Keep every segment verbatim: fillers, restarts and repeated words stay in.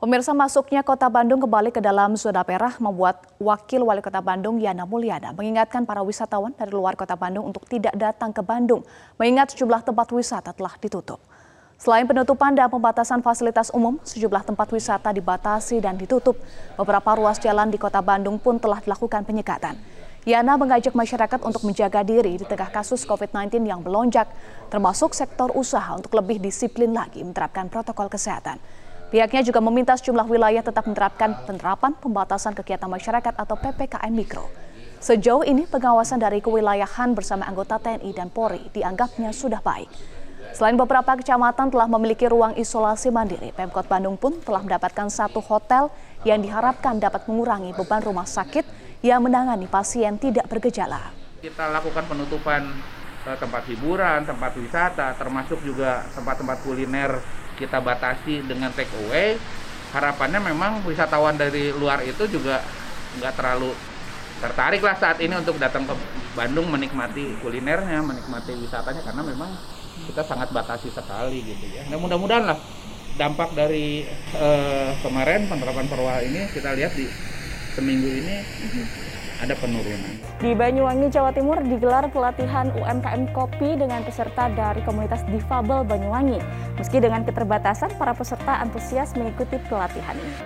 Pemirsa, masuknya Kota Bandung kembali ke dalam zona merah membuat Wakil Wali Kota Bandung Yana Mulyana mengingatkan para wisatawan dari luar Kota Bandung untuk tidak datang ke Bandung, mengingat sejumlah tempat wisata telah ditutup. Selain penutupan dan pembatasan fasilitas umum, sejumlah tempat wisata dibatasi dan ditutup. Beberapa ruas jalan di Kota Bandung pun telah dilakukan penyekatan. Yana mengajak masyarakat untuk menjaga diri di tengah kasus covid sembilan belas yang melonjak, termasuk sektor usaha untuk lebih disiplin lagi menerapkan protokol kesehatan. Pihaknya juga meminta sejumlah wilayah tetap menerapkan penerapan pembatasan kegiatan masyarakat atau P P K M Mikro. Sejauh ini pengawasan dari kewilayahan bersama anggota T N I dan Polri dianggapnya sudah baik. Selain beberapa kecamatan telah memiliki ruang isolasi mandiri, Pemkot Bandung pun telah mendapatkan satu hotel yang diharapkan dapat mengurangi beban rumah sakit yang menangani pasien tidak bergejala. Kita lakukan penutupan tempat hiburan, tempat wisata, termasuk juga tempat-tempat kuliner kita batasi dengan take away. Harapannya memang wisatawan dari luar itu juga nggak terlalu tertarik lah saat ini untuk datang ke Bandung menikmati kulinernya, menikmati wisatanya, karena memang kita sangat batasi sekali gitu ya. Nah, mudah-mudahan lah dampak dari eh, kemarin penerapan perwal ini kita lihat di seminggu ini ada penurunan. Di Banyuwangi, Jawa Timur digelar pelatihan U M K M kopi dengan peserta dari komunitas difabel Banyuwangi. Meski dengan keterbatasan, para peserta antusias mengikuti pelatihan ini.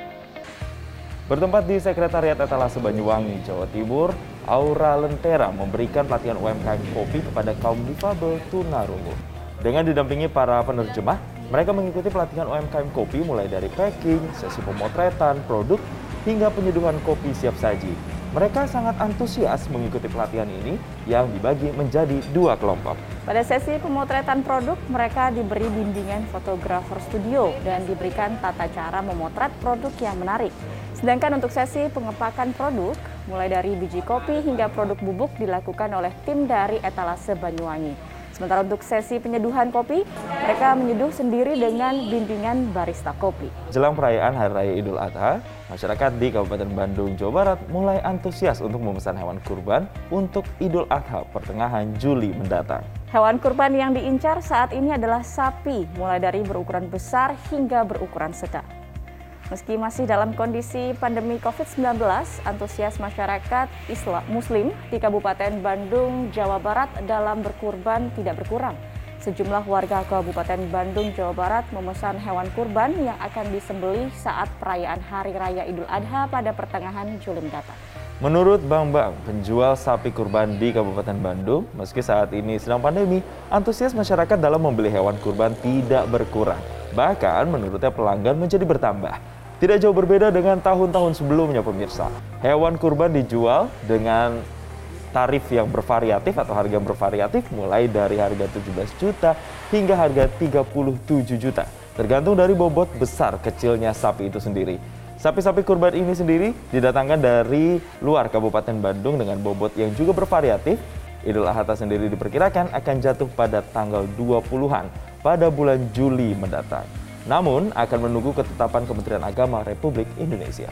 Bertempat di Sekretariat Etalase Banyuwangi, Jawa Timur, Aura Lentera memberikan pelatihan U M K M kopi kepada kaum difabel tunarungu. Dengan didampingi para penerjemah, mereka mengikuti pelatihan U M K M kopi mulai dari packing, sesi pemotretan produk, hingga penyeduhan kopi siap saji. Mereka sangat antusias mengikuti pelatihan ini yang dibagi menjadi dua kelompok. Pada sesi pemotretan produk, mereka diberi bimbingan fotografer studio dan diberikan tata cara memotret produk yang menarik. Sedangkan untuk sesi pengepakan produk, mulai dari biji kopi hingga produk bubuk dilakukan oleh tim dari Etalase Banyuwangi. Sementara untuk sesi penyeduhan kopi, mereka menyeduh sendiri dengan bimbingan barista kopi. Jelang perayaan Hari Raya Idul Adha, masyarakat di Kabupaten Bandung, Jawa Barat mulai antusias untuk memesan hewan kurban untuk Idul Adha pertengahan Juli mendatang. Hewan kurban yang diincar saat ini adalah sapi, mulai dari berukuran besar hingga berukuran sedang. Meski masih dalam kondisi pandemi covid sembilan belas, antusias masyarakat Islam Muslim di Kabupaten Bandung, Jawa Barat dalam berkurban tidak berkurang. Sejumlah warga Kabupaten Bandung, Jawa Barat memesan hewan kurban yang akan disembelih saat perayaan Hari Raya Idul Adha pada pertengahan Juli mendatang. Menurut Bang Bang, penjual sapi kurban di Kabupaten Bandung, meski saat ini sedang pandemi, antusias masyarakat dalam membeli hewan kurban tidak berkurang. Bahkan menurutnya pelanggan menjadi bertambah. Tidak jauh berbeda dengan tahun-tahun sebelumnya, pemirsa. Hewan kurban dijual dengan tarif yang bervariatif atau harga bervariatif mulai dari harga tujuh belas juta hingga harga tiga puluh tujuh juta. Tergantung dari bobot besar kecilnya sapi itu sendiri. Sapi-sapi kurban ini sendiri didatangkan dari luar Kabupaten Bandung dengan bobot yang juga bervariatif. Idul Adha sendiri diperkirakan akan jatuh pada tanggal dua puluhan pada bulan Juli mendatang. Namun akan menunggu ketetapan Kementerian Agama Republik Indonesia.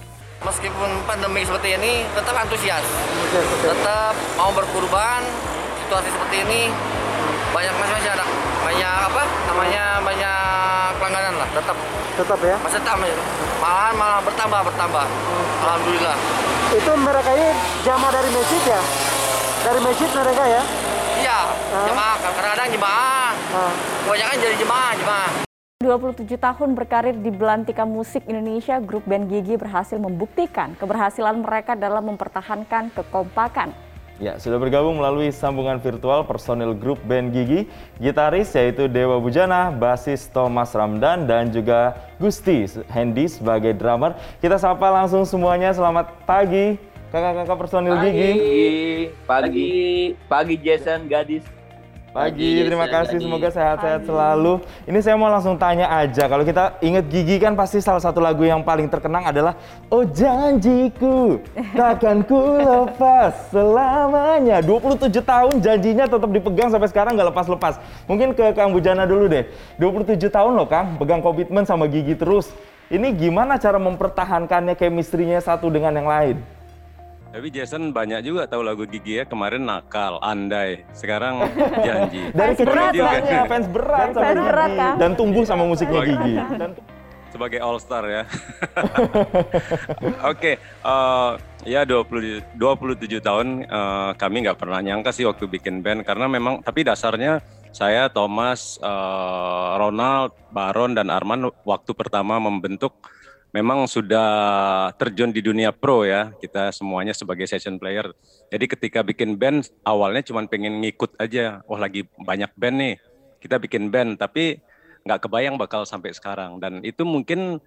Meskipun pandemi seperti ini, tetap antusias, tetap mau berkurban. Situasi seperti ini banyak masih ada banyak apa namanya banyak pelanggaran lah, tetap tetap ya masih tetap malahan malah bertambah bertambah. Alhamdulillah. Itu mereka ini jamaah dari masjid ya, dari masjid mereka ya? Iya, jemaah, kadang-kadang jemaah, kebanyakan jadi jemaah jemaah. dua puluh tujuh tahun berkarir di belantika musik Indonesia, grup band Gigi berhasil membuktikan keberhasilan mereka dalam mempertahankan kekompakan. Ya, sudah bergabung melalui sambungan virtual personil grup band Gigi, gitaris yaitu Dewa Bujana, basis Thomas Ramdan, dan juga Gusti Hendy sebagai drummer. Kita sapa langsung semuanya, selamat pagi kakak-kakak personil pagi. Gigi. Pagi, pagi Jason, gadis. Pagi, terima kasih, semoga sehat-sehat selalu. Ini saya mau langsung tanya aja, kalau kita ingat Gigi kan pasti salah satu lagu yang paling terkenang adalah Oh Janjiku, Takkan Ku Lepas Selamanya. dua puluh tujuh tahun janjinya tetap dipegang sampai sekarang nggak lepas-lepas. Mungkin ke Kang Bujana dulu deh, dua puluh tujuh tahun loh Kang, pegang komitmen sama Gigi terus. Ini gimana cara mempertahankannya chemistry-nya satu dengan yang lain? Tapi Jason banyak juga tahu lagu Gigi ya, kemarin Nakal, Andai, sekarang Janji. Dari kecil juga fans berat sama fans Gigi berat, kan? dan tumbuh sama musiknya Gigi. Dan sebagai all star ya. Oke, eh, ya dua puluh, dua puluh tujuh tahun eh, kami nggak pernah nyangka sih waktu bikin band, karena memang tapi dasarnya saya, Thomas, eh, Ronald, Baron, dan Arman waktu pertama membentuk memang sudah terjun di dunia pro ya, kita semuanya sebagai session player. Jadi ketika bikin band awalnya cuma pengen ngikut aja, wah lagi banyak band nih, kita bikin band, tapi nggak kebayang bakal sampai sekarang. Dan itu mungkin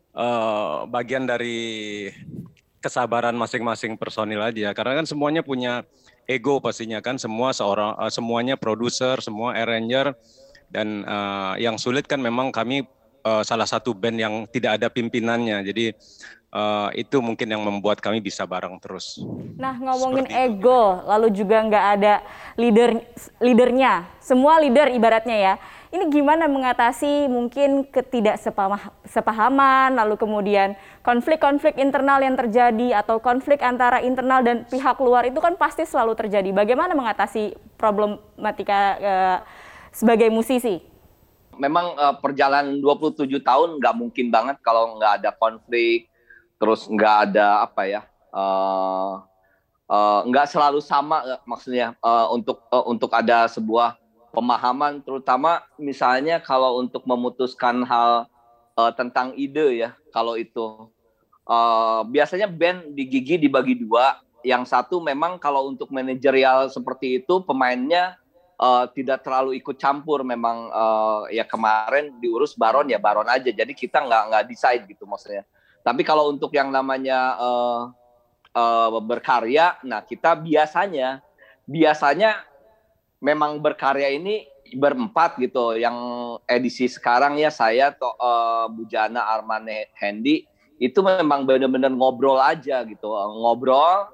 uh, bagian dari kesabaran masing-masing personil aja, karena kan semuanya punya ego pastinya kan, semua seorang uh, semuanya produser, semua arranger, dan uh, yang sulit kan memang kami Uh, salah satu band yang tidak ada pimpinannya, jadi uh, itu mungkin yang membuat kami bisa bareng terus. Nah, ngomongin ego, lalu juga nggak ada leader leadernya, semua leader ibaratnya ya. Ini gimana mengatasi mungkin ketidaksepahaman, lalu kemudian konflik-konflik internal yang terjadi atau konflik antara internal dan pihak luar itu kan pasti selalu terjadi. Bagaimana mengatasi problematika uh, sebagai musisi? Memang uh, perjalanan dua puluh tujuh tahun nggak mungkin banget kalau nggak ada konflik, terus nggak ada apa ya, uh, uh, nggak selalu sama uh, maksudnya uh, untuk uh, untuk ada sebuah pemahaman, terutama misalnya kalau untuk memutuskan hal uh, tentang ide ya, kalau itu uh, biasanya band di Gigi dibagi dua, yang satu memang kalau untuk manajerial seperti itu pemainnya Uh, tidak terlalu ikut campur, memang uh, ya kemarin diurus Baron ya Baron aja, jadi kita nggak nggak decide gitu maksudnya. Tapi kalau untuk yang namanya uh, uh, berkarya, nah kita biasanya biasanya memang berkarya ini berempat gitu. Yang edisi sekarang ya saya, to, uh, Bujana, Arman, Hendy itu memang benar-benar ngobrol aja gitu, ngobrol.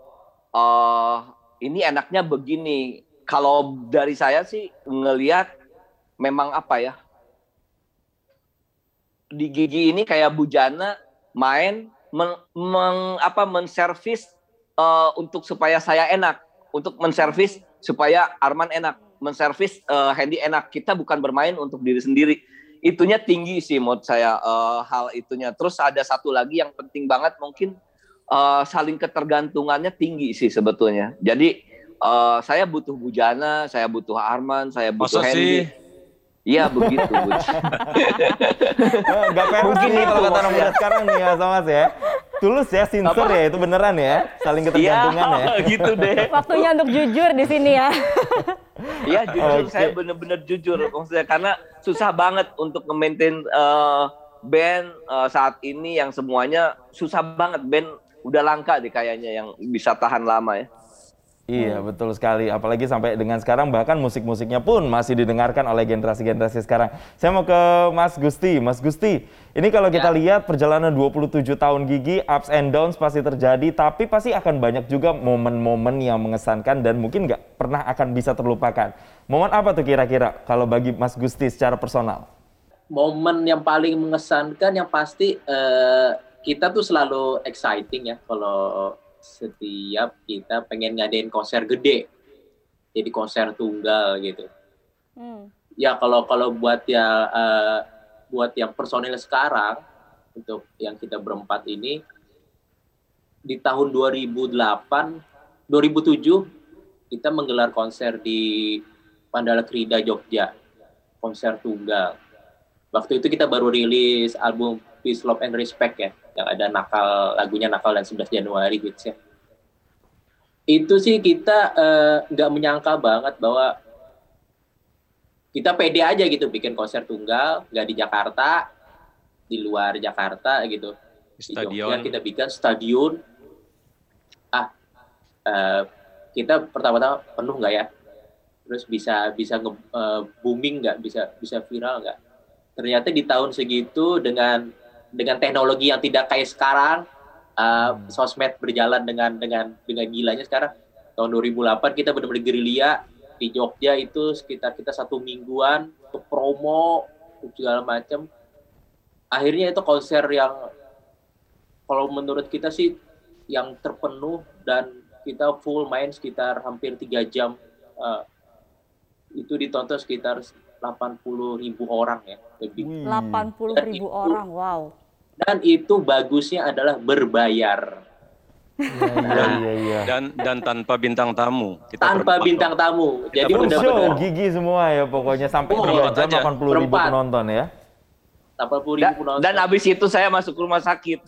Uh, ini enaknya begini. Kalau dari saya sih ngelihat memang apa ya, di Gigi ini kayak Bujana main men, meng, apa menservis uh, untuk supaya saya enak, untuk menservis supaya Arman enak, menservis uh, Hendy enak. Kita bukan bermain untuk diri sendiri. Itunya tinggi sih menurut saya uh, hal itunya. Terus ada satu lagi yang penting banget mungkin uh, saling ketergantungannya tinggi sih sebetulnya. Jadi Uh, saya butuh Bujana, saya butuh Arman, saya butuh Masa Hendy. Iya begitu. Gak peres nih kalau kata anak muda sekarang nih ya Thomas ya. Tulus ya, sincere ya, itu beneran ya, saling ketergantungan ya. Iya gitu deh. Waktunya untuk jujur di sini ya. Iya jujur, Okay. saya bener-bener jujur maksudnya, karena susah banget untuk nge-maintain uh, band uh, saat ini yang semuanya susah banget. Band udah langka deh kayaknya yang bisa tahan lama ya. Iya, betul sekali. Apalagi sampai dengan sekarang bahkan musik-musiknya pun masih didengarkan oleh generasi-generasi sekarang. Saya mau ke Mas Gusti. Mas Gusti, ini kalau kita Ya. lihat perjalanan dua puluh tujuh tahun Gigi, ups and downs pasti terjadi, tapi pasti akan banyak juga momen-momen yang mengesankan dan mungkin nggak pernah akan bisa terlupakan. Momen apa tuh kira-kira kalau bagi Mas Gusti secara personal? Momen yang paling mengesankan yang pasti eh, kita tuh selalu exciting ya kalau setiap kita pengen ngadain konser gede, jadi konser tunggal gitu. Hmm. Ya kalau kalau buat ya uh, buat yang personil sekarang, untuk yang kita berempat ini, di tahun dua ribu delapan, dua ribu tujuh kita menggelar konser di Pandala Krida Jogja, konser tunggal. Waktu itu kita baru rilis album Peace, Love, and Respect ya, yang ada nakal, lagunya Nakal dan sebelas Januari gitu ya. Itu sih kita nggak uh, menyangka banget bahwa kita pede aja gitu bikin konser tunggal, nggak di Jakarta, di luar Jakarta gitu. Stadion. Di Jogja kita bikin stadion. Ah, uh, kita pertama-tama penuh nggak ya? Terus bisa bisa nge, uh, booming nggak? Bisa bisa viral nggak? Ternyata di tahun segitu dengan dengan teknologi yang tidak kayak sekarang, uh, hmm. sosmed berjalan dengan dengan dengan gilanya sekarang. Tahun dua ribu delapan kita benar-benar gerilya di Jogja, itu sekitar kita satu mingguan untuk promo untuk segala macam. Akhirnya itu konser yang kalau menurut kita sih yang terpenuh, dan kita full main sekitar hampir tiga jam. Uh, itu ditonton sekitar delapan puluh ribu orang ya, lebih. delapan puluh ribu orang, wow. Dan itu bagusnya adalah berbayar. Iya, iya, iya. Dan dan tanpa bintang tamu. Kita Tanpa berempat bintang kok. tamu. Jadi Full show benar-benar Gigi semua ya pokoknya sampai Oh, tiga berempat jam aja. delapan puluh ribu Berempat. penonton ya. delapan puluh Da- ribu penonton. dan abis itu saya masuk rumah sakit.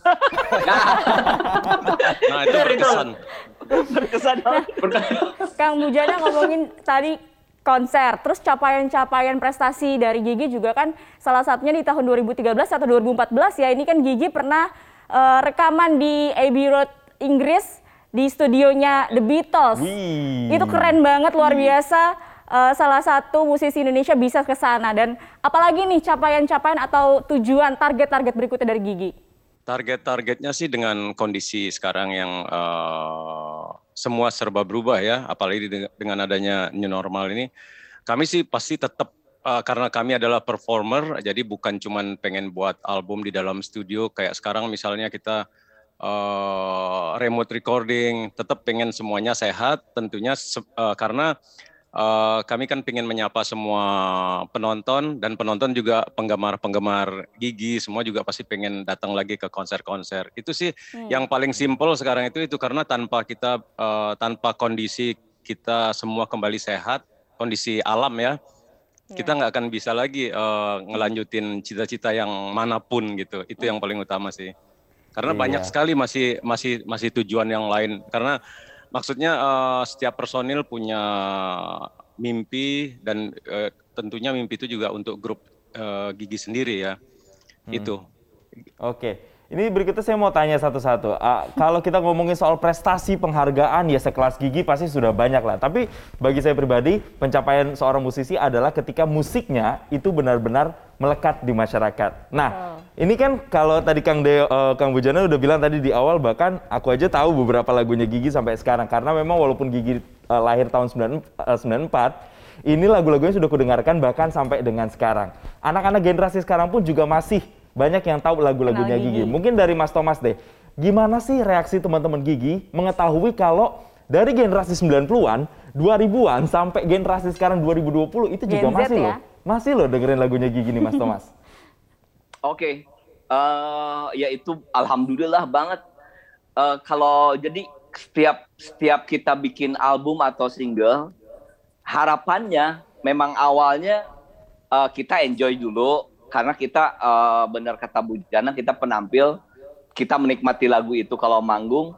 Nah, itu Betul, itu. berkesan. Berkesan banget. Kang Mujana ngomongin tadi konser, terus capaian-capaian prestasi dari Gigi juga kan salah satunya di tahun dua ribu tiga belas atau dua ribu empat belas ya. Ini kan Gigi pernah eh, rekaman di Abbey Road Inggris di studionya The Beatles. Wih. Itu keren banget, luar biasa. Eh, salah satu musisi Indonesia bisa ke sana. Dan apalagi nih capaian-capaian atau tujuan target-target berikutnya dari Gigi? Target-targetnya sih dengan kondisi sekarang yang uh, semua serba berubah ya, apalagi de- dengan adanya new normal ini, kami sih pasti tetap uh, karena kami adalah performer, jadi bukan cuman pengen buat album di dalam studio kayak sekarang misalnya kita uh, remote recording, tetap pengen semuanya sehat tentunya se- uh, karena Uh, kami kan pengen menyapa semua penonton dan penonton juga penggemar-penggemar Gigi semua juga pasti pengen datang lagi ke konser-konser. Itu sih hmm. yang paling simpel sekarang itu itu karena tanpa kita uh, tanpa kondisi kita semua kembali sehat, kondisi alam ya, yeah. kita nggak akan bisa lagi uh, ngelanjutin cita-cita yang manapun gitu. Itu hmm. yang paling utama sih. Karena yeah. banyak sekali masih masih masih tujuan yang lain karena maksudnya uh, setiap personil punya mimpi dan uh, tentunya mimpi itu juga untuk grup uh, Gigi sendiri ya. Hmm. Itu. Oke. Ini berikutnya saya mau tanya satu-satu. Uh, kalau kita ngomongin soal prestasi penghargaan ya sekelas Gigi pasti sudah banyak lah. Tapi bagi saya pribadi pencapaian seorang musisi adalah ketika musiknya itu benar-benar melekat di masyarakat. Nah, oh. ini kan kalau tadi Kang Deo, uh, Kang Mujana udah bilang tadi di awal bahkan aku aja tahu beberapa lagunya Gigi sampai sekarang karena memang walaupun Gigi uh, lahir tahun sembilan puluh empat, ini lagu-lagunya sudah kudengarkan bahkan sampai dengan sekarang. Anak-anak generasi sekarang pun juga masih banyak yang tahu lagu-lagunya Gigi. Gigi. Mungkin dari Mas Thomas deh, gimana sih reaksi teman-teman Gigi mengetahui kalau dari generasi sembilan puluhan, dua ribuan sampai generasi sekarang dua ribu dua puluh itu juga Gen Z masih ya? loh. Masih loh dengerin lagunya Gigi nih Mas Thomas. Oke, okay. uh, ya itu alhamdulillah banget. Uh, kalau jadi setiap setiap kita bikin album atau single, harapannya memang awalnya uh, kita enjoy dulu. Karena kita uh, benar kata Bu Jana, kita penampil, kita menikmati lagu itu kalau manggung.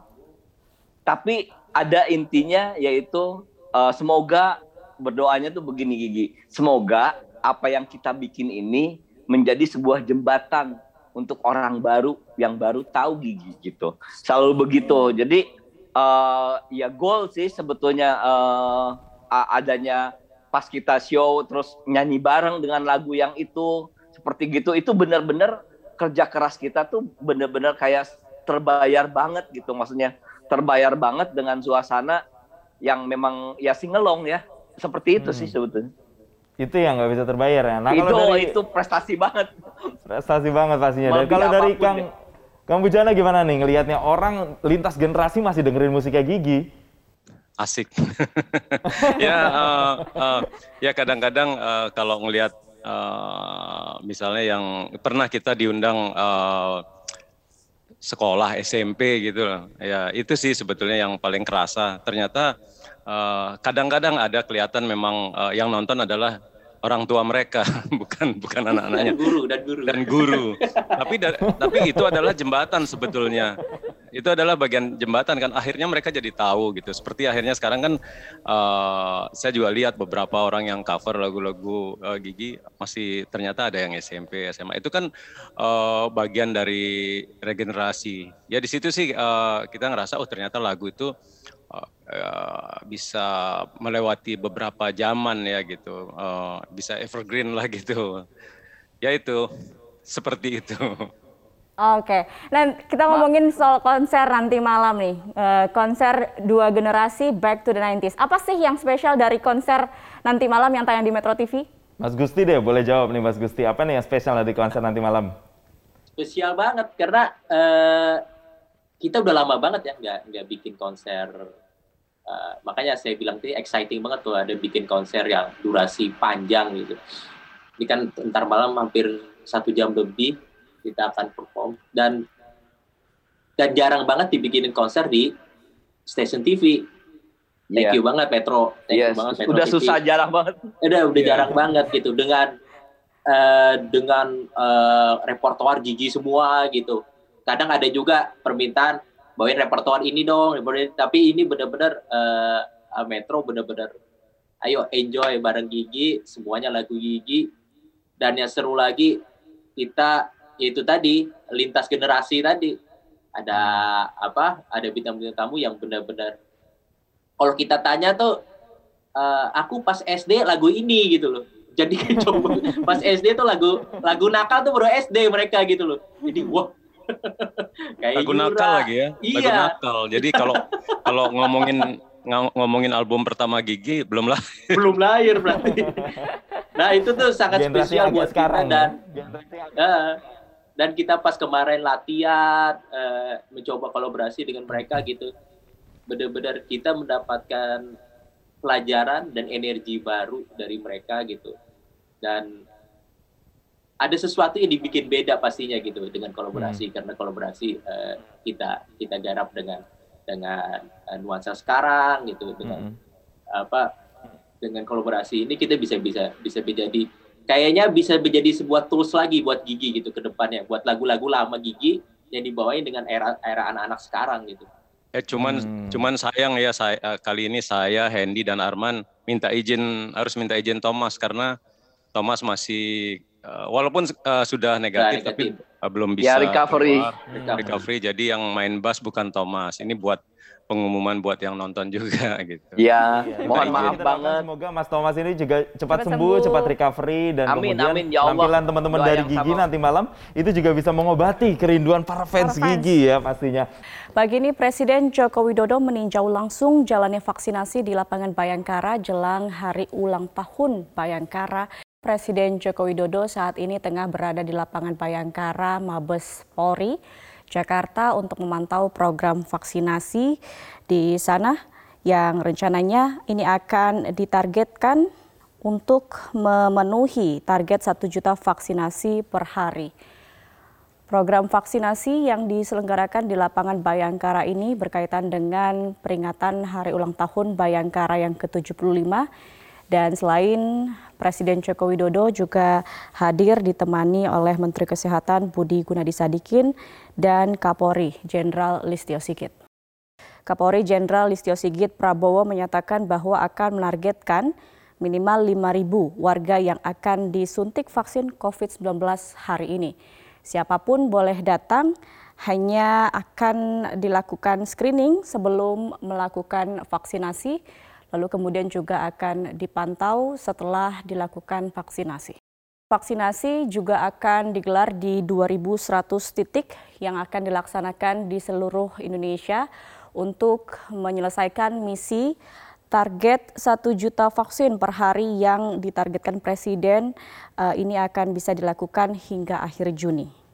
Tapi ada intinya yaitu uh, semoga berdoanya tuh begini Gigi. Semoga apa yang kita bikin ini menjadi sebuah jembatan untuk orang baru yang baru tahu Gigi gitu. Selalu begitu. Jadi uh, ya goal sih sebetulnya uh, adanya pas kita show terus nyanyi bareng dengan lagu yang itu. Seperti gitu, itu benar-benar kerja keras kita tuh benar-benar kayak terbayar banget gitu. Maksudnya terbayar banget dengan suasana yang memang ya singelong ya. Seperti itu hmm. sih sebetulnya. Itu yang nggak bisa terbayar ya? Nah, itu, kalau dari, itu prestasi banget. Prestasi banget pastinya. Dan kalau dari Kang, ya. Kang Mujana gimana nih ngelihatnya orang lintas generasi masih dengerin musiknya Gigi? Asik. ya, uh, uh, ya kadang-kadang uh, kalau ngelihat Uh, misalnya yang pernah kita diundang uh, sekolah S M P gitu loh. Ya itu sih sebetulnya yang paling kerasa. Ternyata uh, kadang-kadang ada kelihatan memang uh, yang nonton adalah orang tua mereka, bukan bukan anak-anaknya. Dan guru dan guru. Dan guru. tapi da, tapi itu adalah jembatan sebetulnya. Itu adalah bagian jembatan kan. Akhirnya mereka jadi tahu gitu. Seperti akhirnya sekarang kan uh, saya juga lihat beberapa orang yang cover lagu-lagu uh, Gigi masih ternyata ada yang S M P, S M A. Itu kan uh, bagian dari regenerasi. Ya di situ sih uh, kita ngerasa oh ternyata lagu itu uh, uh, bisa melewati beberapa zaman ya gitu. Uh, bisa evergreen lah gitu. Ya itu seperti itu. Oke, nah kita ngomongin soal konser nanti malam nih, uh, konser dua generasi Back to the nineties. Apa sih yang spesial dari konser nanti malam yang tayang di Metro T V? Mas Gusti deh, boleh jawab nih Mas Gusti, apa nih yang spesial dari konser nanti malam? Spesial banget, karena uh, kita udah lama banget ya nggak nggak bikin konser. Uh, makanya saya bilang tadi exciting banget tuh ada bikin konser yang durasi panjang gitu. Ini kan ntar malam hampir satu jam lebih. kita akan perform dan dan jarang banget dibikinin konser di stasiun T V. Thank Iya. you banget Metro. Thank Yes, you banget Metro udah T V. susah jarang banget. Udah udah Iya. jarang banget gitu dengan eh, dengan eh, repertoar Gigi semua gitu. Kadang ada juga permintaan bawain repertoar ini dong, repertoar ini. Tapi ini benar-benar eh, Metro benar-benar ayo enjoy bareng Gigi, semuanya lagu Gigi. Dan yang seru lagi kita itu tadi lintas generasi tadi. Ada apa? Ada bintang-bintang tamu yang benar-benar kalau kita tanya tuh uh, aku pas S D lagu ini gitu loh. Jadi coba pas S D tuh lagu lagu nakal tuh baru S D mereka gitu loh. Jadi wah. Kayak Lagu Yura. nakal lagi ya. Lagu Iya. nakal. Jadi kalau kalau ngomongin ng- ngomongin album pertama Gigi belum lah. Belum lahir berarti. Nah, itu tuh sangat Generasi spesial agak buat sekarang kita dan ya. uh, dan kita pas kemarin latihan uh, mencoba kolaborasi dengan mereka gitu. Benar-benar kita mendapatkan pelajaran dan energi baru dari mereka gitu. Dan ada sesuatu yang dibikin beda pastinya gitu dengan kolaborasi, hmm. karena kolaborasi uh, kita kita garap dengan dengan uh, nuansa sekarang gitu, dengan hmm. apa dengan kolaborasi ini kita bisa bisa bisa menjadi kayaknya bisa menjadi sebuah tools lagi buat Gigi gitu ke depannya, buat lagu-lagu lama Gigi yang dibawain dengan era era anak-anak sekarang gitu. Ya cuman hmm. cuman sayang ya saya kali ini saya Hendy dan Arman minta izin harus minta izin Thomas karena Thomas masih uh, walaupun uh, sudah negatif, nah, negatif. tapi uh, belum bisa ya, recovery. keluar, hmm. recovery. Jadi yang main bass bukan Thomas. Ini buat pengumuman buat yang nonton juga gitu. Ya, ya mohon maaf maaf banget. Semoga Mas Thomas ini juga cepat, cepat sembuh, sembuh, cepat recovery dan amin, kemudian amin, ya Allah. tampilan teman-teman dari Gigi sama. nanti malam itu juga bisa mengobati kerinduan para fans, para fans. Gigi ya pastinya. Pagi ini Presiden Joko Widodo meninjau langsung jalannya vaksinasi di lapangan Bayangkara jelang hari ulang tahun Bayangkara. Presiden Joko Widodo saat ini tengah berada di lapangan Bayangkara Mabes Polri, Jakarta untuk memantau program vaksinasi di sana yang rencananya ini akan ditargetkan untuk memenuhi target satu juta vaksinasi per hari. Program vaksinasi yang diselenggarakan di lapangan Bayangkara ini berkaitan dengan peringatan Hari Ulang Tahun Bayangkara yang ke tujuh puluh lima. Dan selain Presiden Joko Widodo juga hadir ditemani oleh Menteri Kesehatan Budi Gunadi Sadikin dan Kapolri Jenderal Listio Sigit. Kapolri Jenderal Listio Sigit Prabowo menyatakan bahwa akan menargetkan minimal lima ribu warga yang akan disuntik vaksin covid sembilan belas hari ini. Siapapun boleh datang, hanya akan dilakukan screening sebelum melakukan vaksinasi. Lalu kemudian juga akan dipantau setelah dilakukan vaksinasi. Vaksinasi juga akan digelar di dua ribu seratus titik yang akan dilaksanakan di seluruh Indonesia untuk menyelesaikan misi target satu juta vaksin per hari yang ditargetkan Presiden. Uh, ini akan bisa dilakukan hingga akhir Juni.